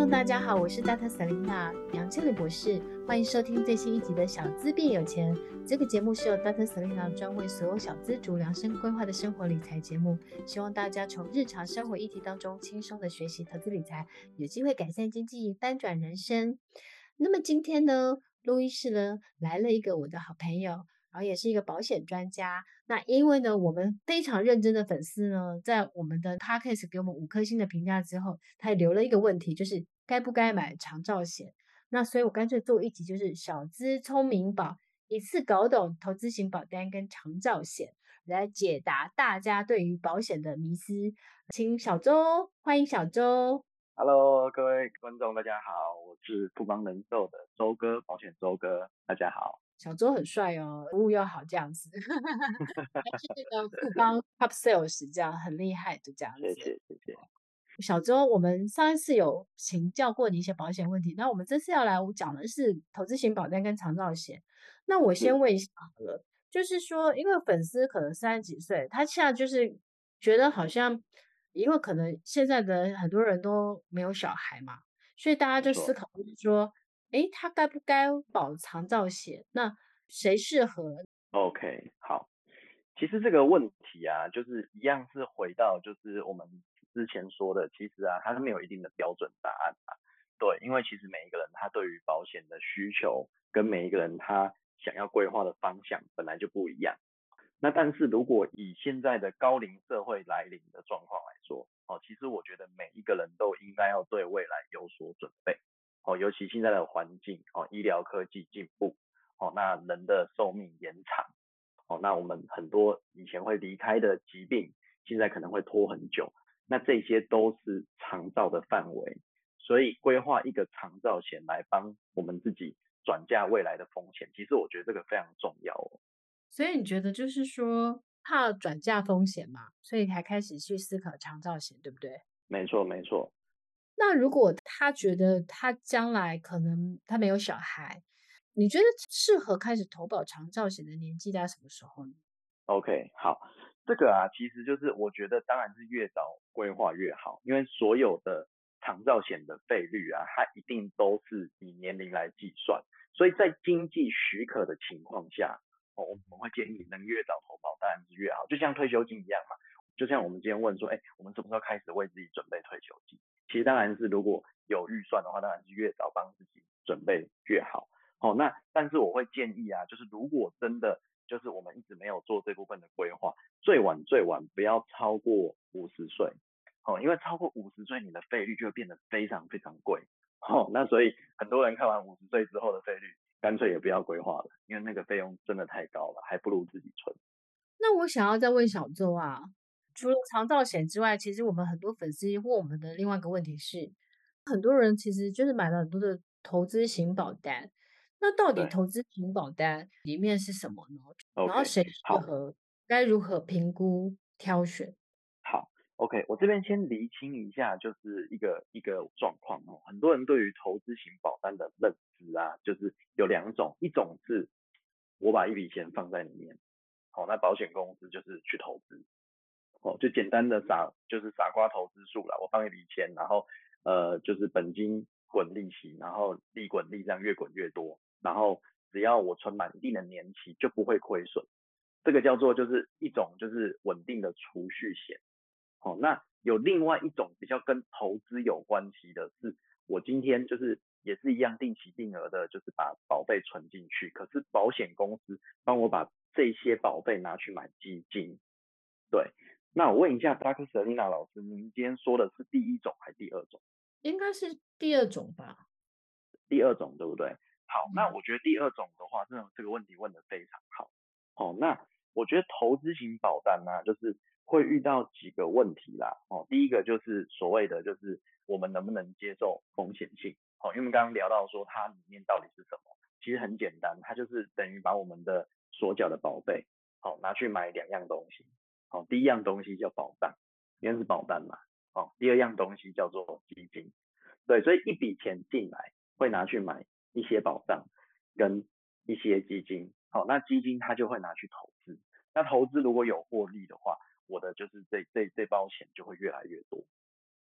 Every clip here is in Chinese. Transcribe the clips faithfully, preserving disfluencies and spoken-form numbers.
众大家好，我是 Dr. Selina 杨千里博士，欢迎收听最新一集的小资变有钱。这个节目是由 Dr. Selina 专为所有小资族量身规划的生活理财节目，希望大家从日常生活议题当中轻松的学习投资理财，有机会改善经济，翻转人生。那么今天呢，录音室呢来了一个我的好朋友，然后也是一个保险专家。那因为呢，我们非常认真的粉丝呢，在我们的 podcast 给我们五颗星的评价之后，他也留了一个问题，就是该不该买长照险。那所以我干脆做一集，就是小资聪明宝，一次搞懂投资型保单跟长照险，来解答大家对于保险的迷思。请小周，欢迎小周。 Hello，各位观众，大家好，我是富邦人寿的周哥，保险周哥，大家好。 小周很帅哦，服务又好这样子，他是那个富邦 Top Sales 这样很厉害的这样子。 谢谢谢谢。 小周，我们上一次有请教过你一些保险问题，那我们这次要来讲的是投资型保单跟长照险。那我先问一下好了，就是说，因为粉丝可能三十几岁，他现在就是觉得好像，因为可能现在的很多人都没有小孩嘛，所以大家就思考就是说，诶，他该不该保长照险？那谁适合？ OK，好。其实这个问题啊，就是一样是回到就是我们之前说的，其实啊，它是没有一定的标准答案啊。对，因为其实每一个人他对于保险的需求跟每一个人他想要规划的方向本来就不一样。那但是如果以现在的高龄社会来临的状况来说，哦，其实我觉得每一个人都应该要对未来有所准备。哦，尤其现在的环境，哦，医疗科技进步，哦，那人的寿命延长，哦，那我们很多以前会离开的疾病，现在可能会拖很久，那这些都是长照的范围，所以规划一个长照险来帮我们自己转嫁未来的风险，其实我觉得这个非常重要哦。 所以你觉得就是说怕转嫁风险嘛，所以才开始去思考长照险，对不对？ 没错没错。 那如果他觉得他将来可能他没有小孩，你觉得适合开始投保长照险的年纪在什么时候呢？ OK，好，这个啊，其实就是我觉得当然是越早规划越好，因为所有的长照险的费率啊，它一定都是以年龄来计算，所以在经济许可的情况下，哦，我们会建议能越早投保当然是越好，就像退休金一样嘛，就像我们今天问说，哎，我们什么时候开始为自己准备退休金？其实当然是如果有预算的话，当然是越早帮自己准备越好。好，那但是我会建议啊，就是如果真的就是我们一直没有做这部分的规划，最晚最晚不要超过五十岁，哦，因为超过五十岁你的费率就会变得非常非常贵，哦，那所以很多人看完五十岁之后的费率，干脆也不要规划了，因为那个费用真的太高了，还不如自己存。 那我想要再问小周啊，除了长照险之外，其实我们很多粉丝问我们的另外一个问题是，很多人其实就是买了很多的投资型保单，那到底对投资型保单里面是什么呢？然后 ，OK， 谁适好。 合，该如何评估挑选？ 好，OK，我这边先厘清一下，就是一个一个状况哦。很多人对于投资型保单的认知啊，就是有两种，一种是我把一笔钱放在里面，好、哦，那保险公司就是去投资，哦，就简单的傻就是傻瓜投资术啦，我放一笔钱，然后呃就是本金滚利息，然后利滚利这样越滚越多，然后只要我存满一定的年期就不会亏损，这个叫做就是一种就是稳定的储蓄险。哦，那有另外一种比较跟投资有关系的是，我今天就是也是一样定期定额的，就是把保费存进去，可是保险公司帮我把这些保费拿去买基金。对，那我问一下 Doctor Selina 老师，您今天说的是第一种还是第二种？ 应该是第二种吧。 第二种对不对？好，那嗯， 我觉得第二种的话，这种这个问题问得非常好。哦，那我觉得投资型保单呢、就是会遇到几个问题啦。哦，第一个就是所谓的就是我们能不能接受风险性。哦，因为我们刚刚聊到说它里面到底是什么，其实很简单，它就是等于把我们的所缴的保费，好、拿去买两样东西。好、第一样东西叫保障，因为是保单嘛。哦，第二样东西叫做基金。对，所以一笔钱进来会拿去买一些保障跟一些基金，好，那基金它就会拿去投资，那投资如果有获利的话，我的就是这这这包钱就会越来越多。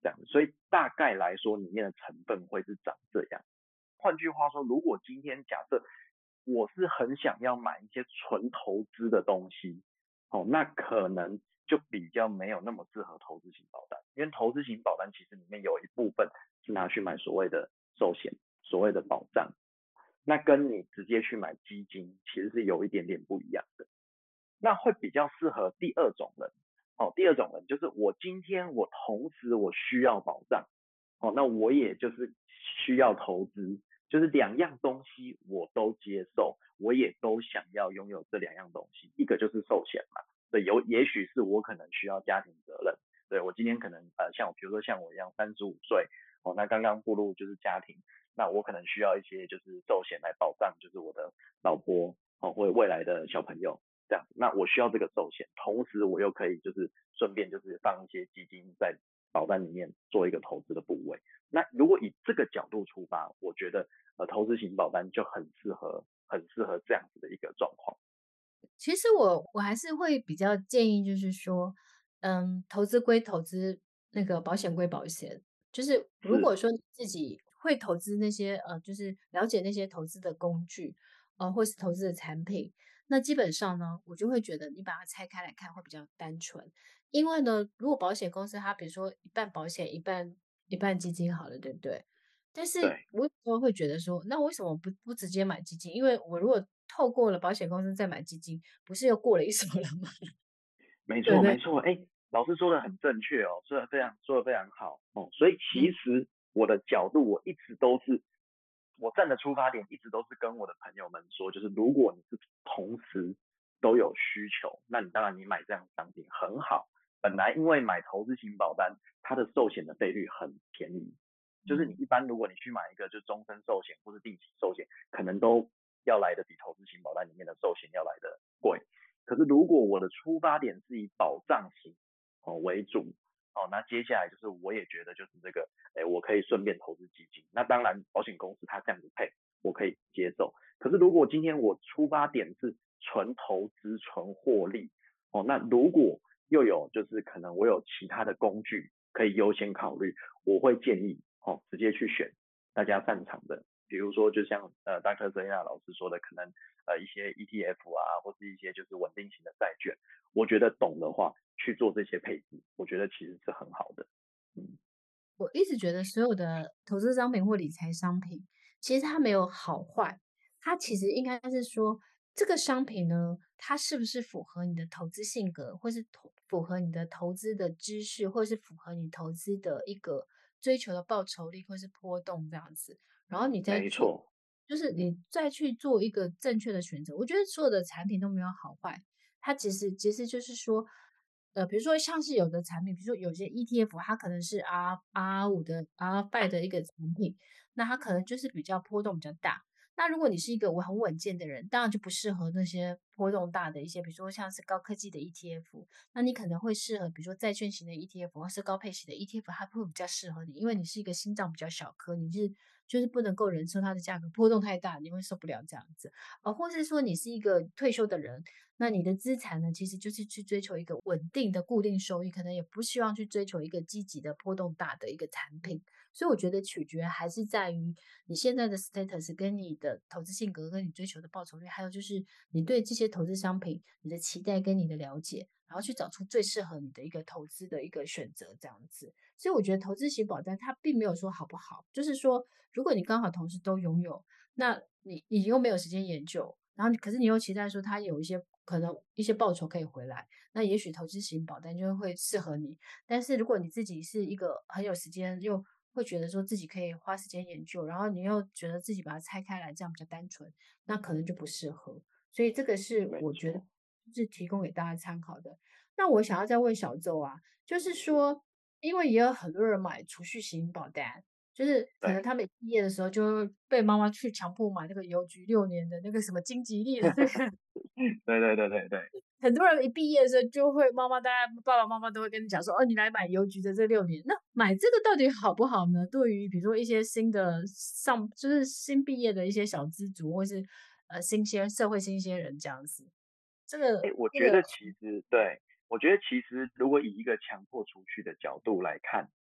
这样子，所以大概来说里面的成分会是长这样。换句话说，如果今天假设我是很想要买一些纯投资的东西，哦，那可能就比较没有那么适合投资型保单，因为投资型保单其实里面有一部分是拿去买所谓的寿险，所谓的保障，那跟你直接去买基金其实是有一点点不一样的，那会比较适合第二种人。哦，第二种人就是我今天我同时我需要保障，哦，那我也就是需要投资，就是两样东西我都接受，我也都想要拥有这两样东西。一个就是寿险嘛，对，有也许是我可能需要家庭责任，对我今天可能呃像比如说像我一样三十五岁，哦，那刚刚步入就是家庭，那我可能需要一些就是寿险来保障，就是我的老婆哦或者未来的小朋友。这样子，那我需要这个寿险，同时我又可以就是顺便就是放一些基金在保单里面做一个投资的部位。那如果以这个角度出发，我觉得呃投资型保单就很适合很适合这样子的一个状况。 其实我我还是会比较建议，就是说，嗯，投资归投资，那个保险归保险。就是如是， 果说你自己会投资那些呃，就是了解那些投资的工具，呃，或是投资的产品，那基本上呢，我就会觉得你把它拆开来看会比较单纯。因为呢，如果保险公司它比如说一半保险，一半一半基金好了，对不对？但是对， 我有时候会觉得说，那为什么不不直接买基金？因为我如果透过了保险公司再买基金，不是又过了一手了吗？ 没对不对？ 错没错，哎，老师说的很正确哦，说的非常说的非常好哦。所以其嗯实我的角度我一直都是我站的出发点一直都是跟我的朋友们说，就是如果你是同时都有需求，那你当然你买这样的商品很好。本来因为买投资型保单，它的寿险的费率很便宜，就是你嗯， 一般如果你去买一个就终身寿险或是定期寿险，可能都要来的比投资型保单里面的寿险要来的贵。可是如果我的出发点是以保障型哦为主，哦，那接下来就是我也觉得就是这个，哎，我可以顺便投资基金。那当然，保险公司它这样子配，我可以接受。可是如果今天我出发点是纯投资、纯获利，哦，那如果又有就是可能我有其他的工具可以优先考虑，我会建议哦直接去选大家擅长的，比如说就像呃 Doctor Selina 老师说的，可能呃一些 E T F 啊，或是一些就是稳定型的债券，我觉得懂的话去做这些配置，我觉得其实是很好的。嗯， 我一直觉得所有的投资商品或理财商品，其实它没有好坏，它其实应该是说这个商品呢，它是不是符合你的投资性格，或是投符合你的投资的知识，或是符合你投资的一个追求的报酬率或是波动这样子，然后你再做， 没错， 就是你再去做一个正确的选择。我觉得所有的产品都没有好坏，它其实其实就是说，呃，比如说像是有的产品，比如说有些 E T F，它可能是 R R 五的 R five 的一个产品，那它可能就是比较波动比较大。那如果你是一个我很稳健的人，当然就不适合那些波动大的一些，比如说像是高科技的 E T F，那你可能会适合，比如说债券型的 E T F 或是高配型的 E T F，它会比较适合你，因为你是一个心脏比较小颗，你是就是不能够忍受它的价格波动太大，你会受不了这样子。呃，或是说你是一个退休的人，那你的资产呢，其实就是去追求一个稳定的固定收益，可能也不希望去追求一个积极的波动大的一个产品。所以我觉得取决还是在于你现在的 status 跟你的投资性格，跟你追求的报酬率，还有就是你对这些投资商品你的期待跟你的了解，然后去找出最适合你的一个投资的一个选择，这样子。所以我觉得投资型保单它并没有说好不好，就是说如果你刚好同时都拥有，那你你又没有时间研究，然后你可是你又期待说它有一些可能一些报酬可以回来，那也许投资型保单就会适合你。但是如果你自己是一个很有时间，又会觉得说自己可以花时间研究，然后你又觉得自己把它拆开来，这样比较单纯，那可能就不适合。所以这个是我觉得没错， 是提供给大家参考的。那我想要再问小周啊，就是说，因为也有很多人买储蓄型保单，就是可能对， 他们毕业的时候就会被妈妈去强迫买那个邮局六年的那个什么金吉利的那个， 对对对对对， 很多人一毕业的时候就会妈妈大家爸爸妈妈都会跟你讲说，哦，你来买邮局的这六年，那买这个到底好不好呢？对于比如说一些新的上就是新毕业的一些小资族，或是呃新鲜社会新鲜人这样子，这哎， 个这个我觉得其实对，我觉得其实如果以一个强迫储蓄的角度来看，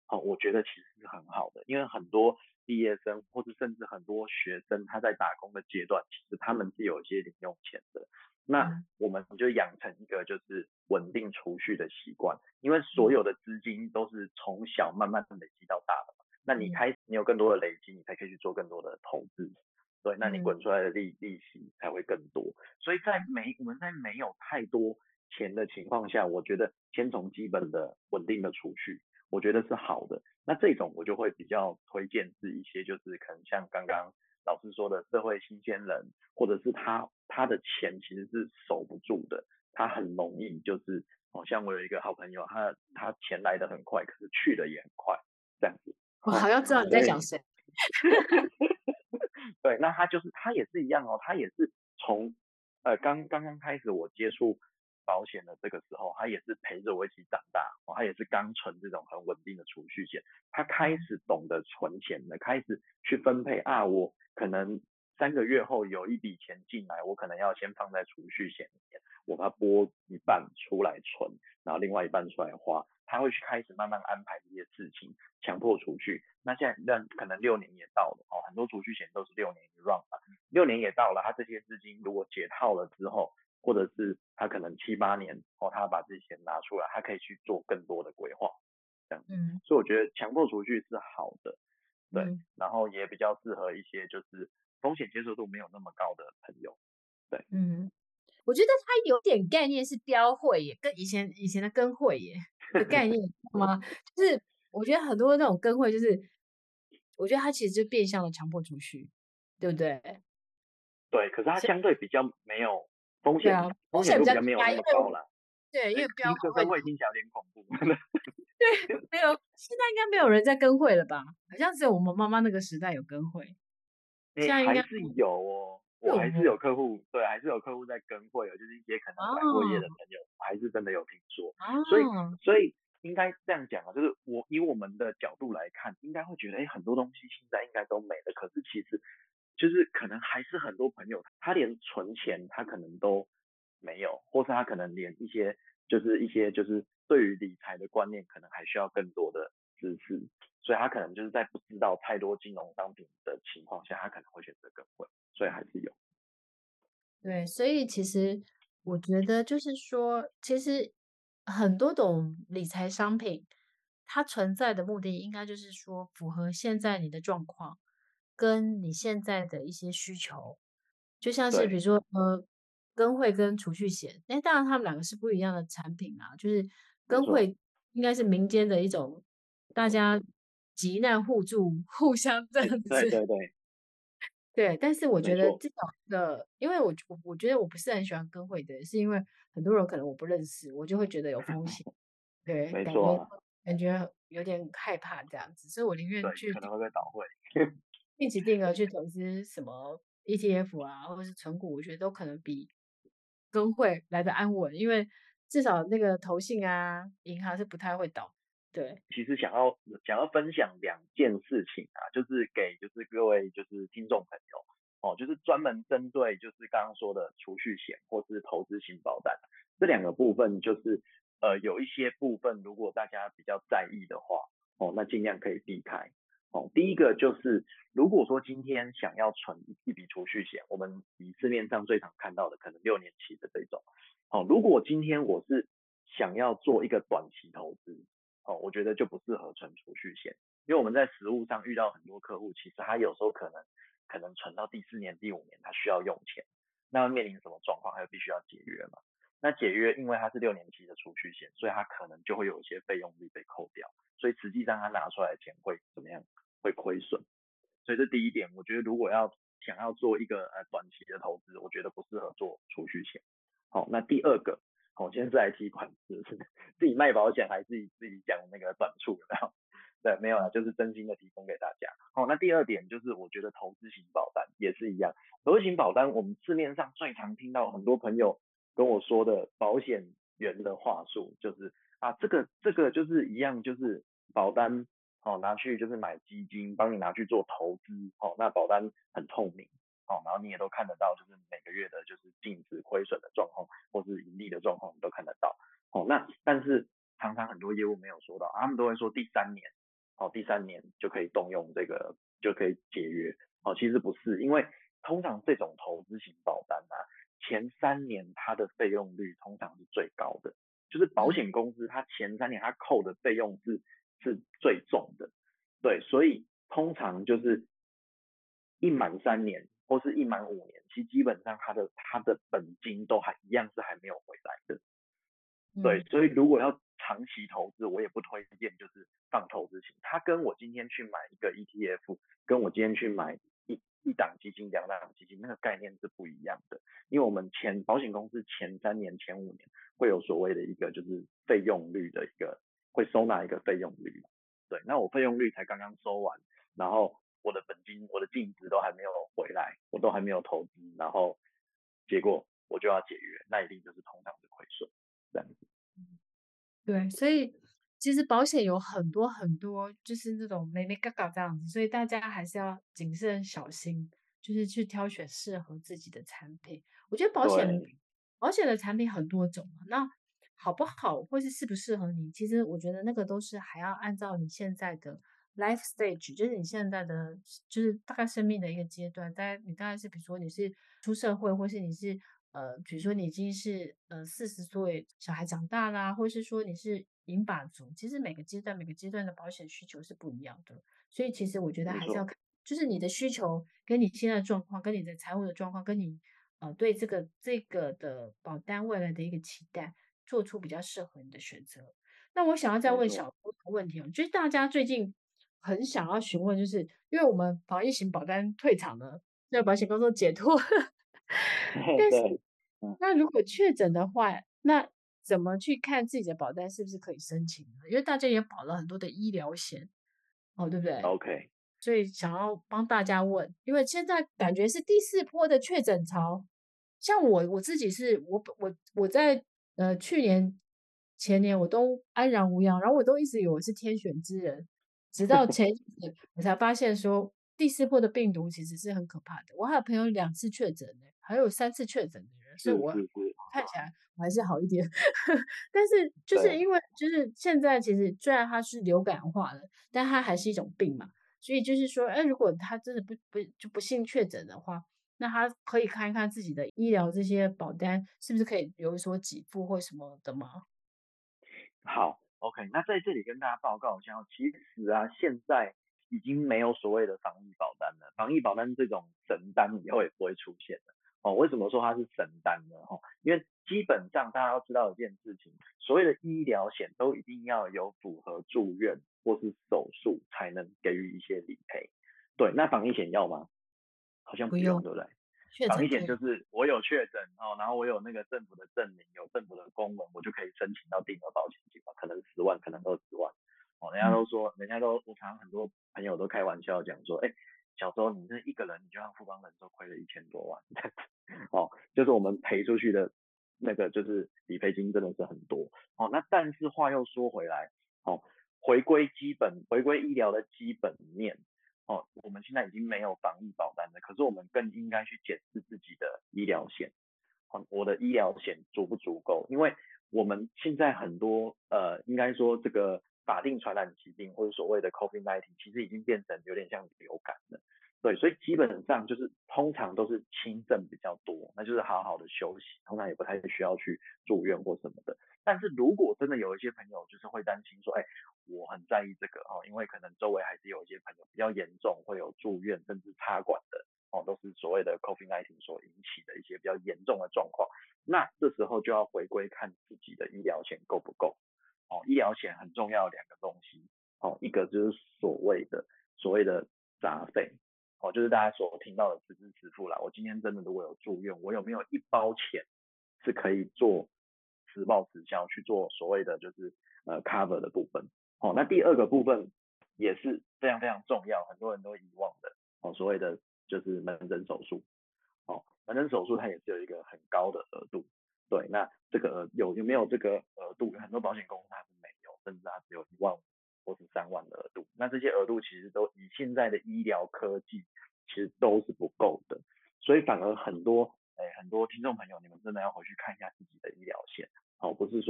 哦，我觉得其实是很好的，因为很多毕业生或者甚至很多学生他在打工的阶段，其实他们是有一些零用钱的。那嗯我们就养成一个就是稳定储蓄的习惯，因为所嗯有的资金都是从小慢慢累积到大的嘛。那你嗯开始你有更多的累积，你才可以去做更多的投资，对，那你嗯滚出来的利利息才会更多。所以在没我们在没有太多钱的情况下，我觉得先从基本的稳定的储蓄，我觉得是好的。那这种我就会比较推荐是一些就是可能像刚刚老师说的社会新鲜人，或者是他他的钱其实是守不住的，他很容易就是好、哦、像我有一个好朋友，他他钱来的很快，可是去的也很快，这样子。 我好哦， 像知道你在所以讲谁。 对，那他就是他也是一样哦，他也是从呃刚刚刚开始我接触保险的这个时候，他也是陪着我一起长大，哦，他也是刚存这种很稳定的储蓄险，他开始懂得存钱了，开始去分配啊，我可能三个月后有一笔钱进来，我可能要先放在储蓄险里面，我把它拨一半出来存，然后另外一半出来花，他会去开始慢慢安排这些事情，强迫储蓄。那现在那可能六年也到了哦，很多储蓄险都是六年一 run 嘛，六年也到了，他这些资金如果解套了之后，或者是他可能七八年哦，他把这些钱拿出来，他可以去做更多的规划，这样子。 嗯所以我觉得强迫储蓄是好的，对， 嗯然后也比较适合一些就是风险接受度没有那么高的朋友，对。 嗯，我觉得它有点概念是标会耶，跟以前以前的跟会耶的概念，你知道吗？就是我觉得很多那种跟会，就是我觉得它其实就变相的强迫储蓄，对不对？ 对，可是它所以相对比较没有风险， 对啊，风风险险比较低度比较没有啊， 那因为么高啦。 对，因哎， 为标听个会会跟会听起来有点恐怖。 对，没有，现在应该没有人在跟会了吧？好像只有我们妈妈那个时代有跟会， 哎， 现在应该还是有哦，我还是有哦。 有客户，对，还是有客户在跟会哦，就是一些可能转过业的哦朋友，还是真的有听说。所以， 哦， 所以应该这样讲啊，就是我以我们的角度来看，应该会觉得，哎，很多东西现在应该都没了，可是其实就是可能还是很多朋友，他连存钱他可能都没有，或是他可能连一些就是一些就是对于理财的观念，可能还需要更多的知识。所以他可能就是在不知道太多金融商品的情况下，他可能会选择更贵，所以还是有。 对，所以其实我觉得就是说，其实很多种理财商品，它存在的目的应该就是说符合现在你的状况，跟你现在的一些需求。就像是比如对， 说，呃，跟汇跟储蓄险，哎，当然他们两个是不一样的产品啊。就是没错， 跟汇应该是民间的一种大家急难互助、互相这样子。 对对对， 对，但是我觉得没错， 这种的，因为我我我觉得我不是很喜欢跟会的，是因为很多人可能我不认识，我就会觉得有风险，对，感觉没错啊， 感觉有点害怕这样子，所以我宁对， 愿去定可能会被倒会。 定期定额去投资什么 E T F 啊，或者是存股，我觉得都可能比跟会来的安稳，因为至少那个投信啊、银行是不太会倒，对， 其实想要想要分享两件事情啊，就是给就是各位就是听众朋友哦，就是专门针对就是刚刚说的储蓄险或是投资型保单这两个部分，就是呃有一些部分如果大家比较在意的话，哦，那尽量可以避开。哦，第一个就是如果说今天想要存一笔储蓄险，我们以市面上最常看到的可能六年期的这种，哦，如果今天我是想要做一个短期投资，哦，我觉得就不适合存储蓄险，因为我们在实务上遇到很多客户，其实他有时候可能可能存到第四年、第五年，他需要用钱，那面临什么状况？他就必须要解约嘛。那解约，因为它是六年期的储蓄险，所以它可能就会有一些费用率被扣掉，所以实际上他拿出来的钱会怎么样？会亏损。所以这第一点，我觉得如果要想要做一个呃短期的投资，我觉得不适合做储蓄险。好，那第二个，好，现在是来提款是自己卖保险还是自己自己讲那个短处有没有？对，没有啦，就是真心的提供给大家。好，那第二点就是我觉得投资型保单也是一样，投资型保单我们市面上最常听到很多朋友跟我说的保险员的话术，就是啊这个这个就是一样，就是保单哦拿去就是买基金，帮你拿去做投资，哦那保单很透明。哦，然后你也都看得到，就是每个月的就是净值亏损的状况，或是盈利的状况，你都看得到。哦，那但是常常很多业务没有说到，他们都会说第三年哦，第三年就可以动用这个就可以解约，哦，其实不是，因为通常这种投资型保单啊，前三年它的费用率通常是最高的，就是保嗯险公司它前三年它扣的费用是是最重的，对，所以通常就是一满三年或是一满五年，其实基本上它的它的本金都还一样是还没有回来的。对， 嗯所以如果要长期投资，我也不推荐就是放投资型。它跟我今天去买一个 E T F，跟我今天去买一一档基金、两档基金，那个概念是不一样的。因为我们前保险公司前三年、前五年会有所谓的一个就是费用率的一个会收纳一个费用率。对，那我费用率才刚刚收完，然后我的本金、我的净值都还没有回来，我都还没有投资，然后结果我就要解约，那一定就是通常是亏损这样子。 对，所以其实保险有很多很多，就是那种美美嘎嘎这样子，所以大家还是要谨慎小心，就是去挑选适合自己的产品。我觉得保险对， 保险的产品很多种嘛，那好不好或是适不适合你，其实我觉得那个都是还要按照你现在的 life stage，就是你现在的就是大概生命的一个阶段，大概你大概是比如说你是出社会，或是你是呃，比如说你已经是呃四十岁，小孩长大啦，或是说你是银发族，其实每个阶段每个阶段的保险需求是不一样的，所以其实我觉得没错， 还是要看，就是你的需求跟你现在的状况，跟你的财务的状况，跟你呃对这个这个的保单未来的一个期待，做出比较适合你的选择。那我想要再没错， 问小波一个问题哦，就是大家最近很想要询问，就是因为我们防疫型保单退场了，这个保险公司解脱了，但是对，嗯那如果确诊的话，那怎么去看自己的保单是不是可以申请呢？因为大家也保了很多的医疗险，哦，对不对？ ，OK， 所以想要帮大家问，因为现在感觉是第四波的确诊潮，像我我自己是我我我在呃去年前年我都安然无恙，然后我都一直以为我是天选之人，直到前一阵子我才发现说第四波的病毒其实是很可怕的。我还有朋友两次确诊呢，还有三次确诊的人，所以我是是是， 看起来我还是好一点。但是就是对， 因为就是现在其实虽然它是流感化了，但它还是一种病嘛。所以就是说，哎，如果他真的不不就不幸确诊的话，那他可以看一看自己的医疗这些保单是不是可以有所给付或什么的吗？ 好，OK，那在这里跟大家报告一下哦，其实啊，现在已经没有所谓的防疫保单了，防疫保单这种神单以后也不会出现了。哦，为什么说它是神单呢？哦，因为基本上大家要知道一件事情，所谓的医疗险都一定要有符合住院或是手术才能给予一些理赔。对，那防疫险要吗？好像不用不用，对不对？防疫险确诊就有。 就是我有确诊哦，然后我有那个政府的证明，有政府的公文，我就可以申请到定额保险金嘛，可能十万，可能二十万。哦，人家嗯都说，人家都，我常常很多朋友都开玩笑讲说，哎，小时候你这一个人，你就让富邦人寿亏了一千多万，哦，就是我们赔出去的那个就是理赔金真的是很多。哦，那但是话又说回来，哦，回归基本，回归医疗的基本面。哦，我们现在已经没有防疫保单了，可是我们更应该去检视自己的医疗险。哦，我的医疗险足不足够？因为我们现在很多呃，应该说这个法定传染疾病或者所谓的 COVID 十九，其实已经变成有点像流感了。对，所以基本上就是通常都是轻症比较多，那就是好好的休息，通常也不太需要去住院或什么的。但是如果真的有一些朋友就是会担心说，哎，我很在意这个哦，因为可能周围还是有一些朋友比较严重，会有住院甚至插管的哦，都是所谓的 COVID 十九 所引起的一些比较严重的状况。那这时候就要回归看自己的医疗险够不够哦。医疗险很重要的两个东西哦，一个就是所谓的所谓的杂费哦，就是大家所听到的实支实付啦。我今天真的如果有住院，我有没有一包钱是可以做实报实销去做所谓的就是呃 cover 的部分？哦，那第二个部分也是非常非常重要，很多人都遗忘的哦，所谓的就是门诊手术。哦，门诊手术它也是有一个很高的额度。对，那这个额有有没有这个额度？很多保险公司它是没有，甚至它只有一万五或是三万的额度。那这些额度其实都以现在的医疗科技，其实都是不够的。所以反而很多，哎，很多听众朋友，你们真的要回去看一下自己的医疗险。哦，不是说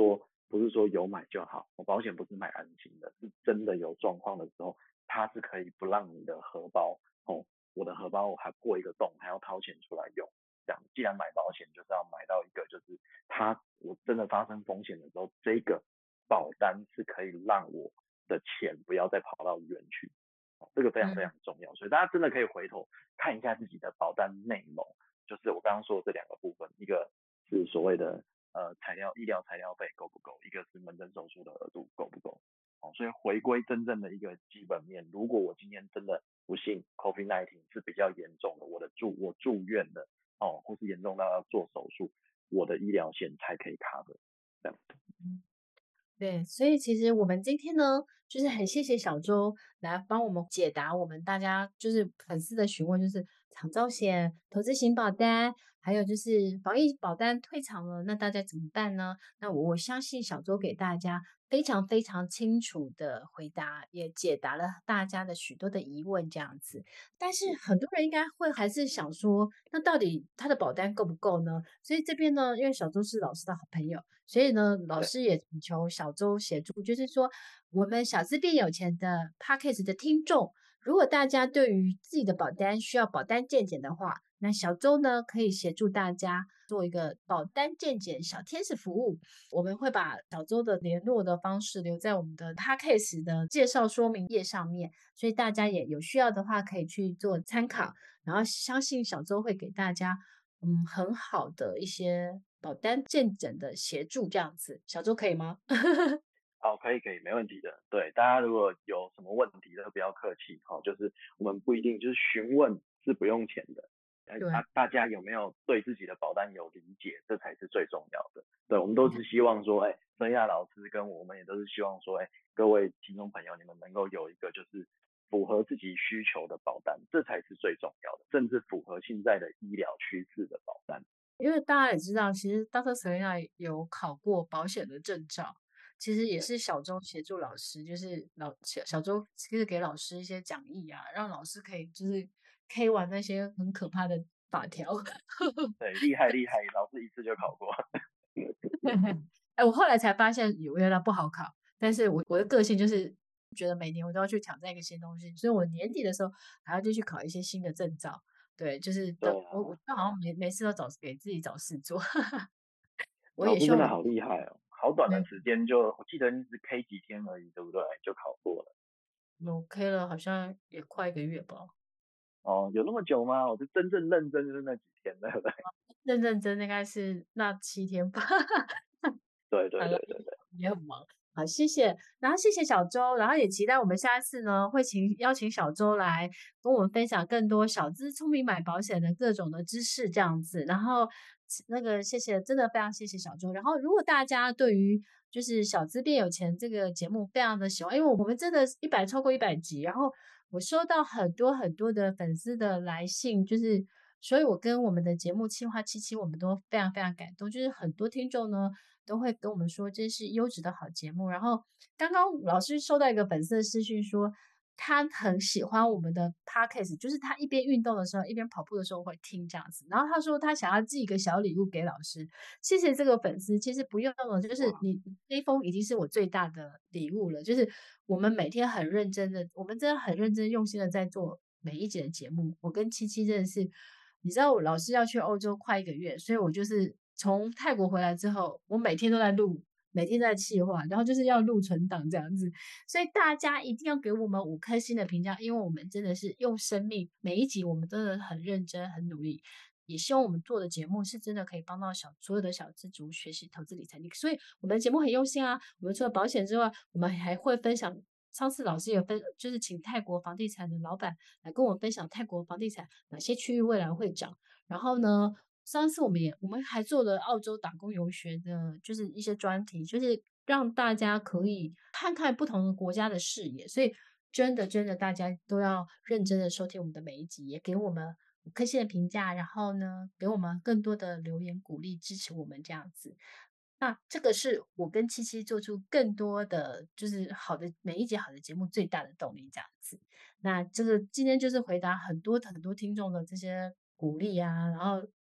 不是说有买就好，我保险不是买安心的，是真的有状况的时候，它是可以不让你的荷包哦，我的荷包我还破一个洞，还要掏钱出来用。这样，既然买保险就是要买到一个，就是它我真的发生风险的时候，这个保单是可以让我的钱不要再跑到医院去，这个非常非嗯常重要，所以大家真的可以回头看一下自己的保单内容，就是我刚刚说的这两个部分，一个是所谓的呃材料医疗材料费够不够，一个是门诊手术的额度够不够。哦，所以回归真正的一个基本面，如果我今天真的不幸 COVID 十九 是比较严重的，我的住我住院了哦，或是严重到要做手术，我的医疗险才可以 cover 这样。 嗯。对，所以其实我们今天呢，就是很谢谢小周来帮我们解答我们大家就是粉丝的询问，就是长照险、投资型保单，还有就是防疫保单退场了，那大家怎么办呢？那我我相信小周给大家非常非常清楚的回答，也解答了大家的许多的疑问，这样子。但是很多人应该会还是想说，那到底他的保单够不够呢？所以这边呢，因为小周是老师的好朋友。所以呢，老对， 师也请求小周协助，就是说，我们小资变有钱的 Podcast 的听众，如果大家对于自己的保单需要保单健检的话，那小周呢可以协助大家做一个保单健检小天使服务。我们会把小周的联络的方式留在我们的 Podcast 的介绍说明页上面，所以大家也有需要的话可以去做参考。然后相信小周会给大家嗯很好的一些保单健诊的协助，这样子，小周可以吗？ 好，可以可以，没问题的。对，大家如果有什么问题都不要客气，好、哦，就是我们不一定就是询问是不用钱的，哎对， 啊，大家有没有对自己的保单有理解，这才是最重要的。对，我们都是希望说，哎，孙亚老师跟我们也都是希望说，哎，各位听众朋友，你们能够有一个就是符合自己需求的保单，这才是最重要的，甚至符合现在的医疗趋势的保单。 因为大家也知道，其实 Doctor Selena 有考过保险的证照，其实也对， 是小周协助老师，就是老小小周其实给老师一些讲义啊，让老师可以就是 K 完那些很可怕的法条。 对，厉害厉害，老师一次就考过。 哎，我后来才发现有原来不好考，但是我我的个性就是觉得每年我都要去挑战一个新东西，所以我年底的时候还要继续考一些新的证照。对，就是对的，我我啊， 就好像每每次都找给自己找事做。我老也希望我师真的好厉害哦，好短的嗯， 时间就，我记得你只 K 几天而已，对不对？就考过了。 我 K 了，好像也快一个月吧。 哦，有那么久吗？我是真正认真就是那几天，对不对？ 认认真应该是那七天吧。 对对好了， 对对对， 也很忙。好，谢谢，然后谢谢小周，然后也期待我们下一次呢会请邀请小周来跟我们分享更多小资聪明买保险的各种的知识，这样子。然后那个谢谢，真的非常谢谢小周。然后如果大家对于就是小资变有钱这个节目非常的喜欢，因为我们真的一百超过一百集，然后我收到很多很多的粉丝的来信，就是所以我跟我们的节目企划七七，我们都非常非常感动，就是很多听众呢。都会跟我们说这是优质的好节目。然后刚刚老师收到一个粉丝的私讯说，他很喜欢我们的 podcast，就是他一边运动的时候，一边跑步的时候会听这样子。然后他说他想要寄一个小礼物给老师，谢谢这个粉丝。其实不用了，就是哇， 你这一封已经是我最大的礼物了。就是我们每天很认真的，我们真的很认真用心的在做每一集的节目。我跟七七真的是，你知道我老师要去欧洲快一个月，所以我就是从泰国回来之后，我每天都在录，每天在企划，然后就是要录存档这样子。所以大家一定要给我们五颗星的评价，因为我们真的是用生命，每一集我们真的很认真、很努力。也希望我们做的节目是真的可以帮到小所有的小资族学习投资理财。所以我们的节目很用心啊。我们除了保险之外，我们还会分享。上次老师也分，就是请泰国房地产的老板来跟我们分享泰国房地产哪些区域未来会涨。然后呢，上次我们也我们还做了澳洲打工游学的，就是一些专题，就是让大家可以看看不同的国家的视野。所以真的真的，大家都要认真的收听我们的每一集，也给我们五颗星的评价，然后呢，给我们更多的留言鼓励支持我们这样子。那这个是我跟七七做出更多的就是好的每一节好的节目最大的动力，这样子。那这个今天就是回答很多很多听众的这些鼓励啊，然后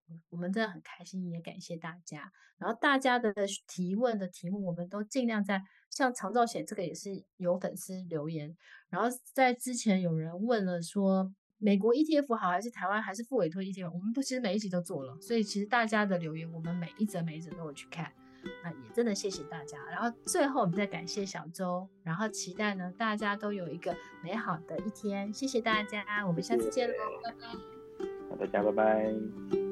我们真的很开心，也感谢大家。然后大家的提问的题目，我们都尽量在像长照险这个也是有粉丝留言，然后在之前有人问了说，美国 E T F 好还是台湾还是副委托 E T F，我们都其实每一集都做了，所以其实大家的留言我们每一则每一则都有去看。那也真的谢谢大家，然后最后我们再感谢小周，然后期待呢大家都有一个美好的一天，谢谢大家，我们下次见喽，拜拜。 好，大家拜拜。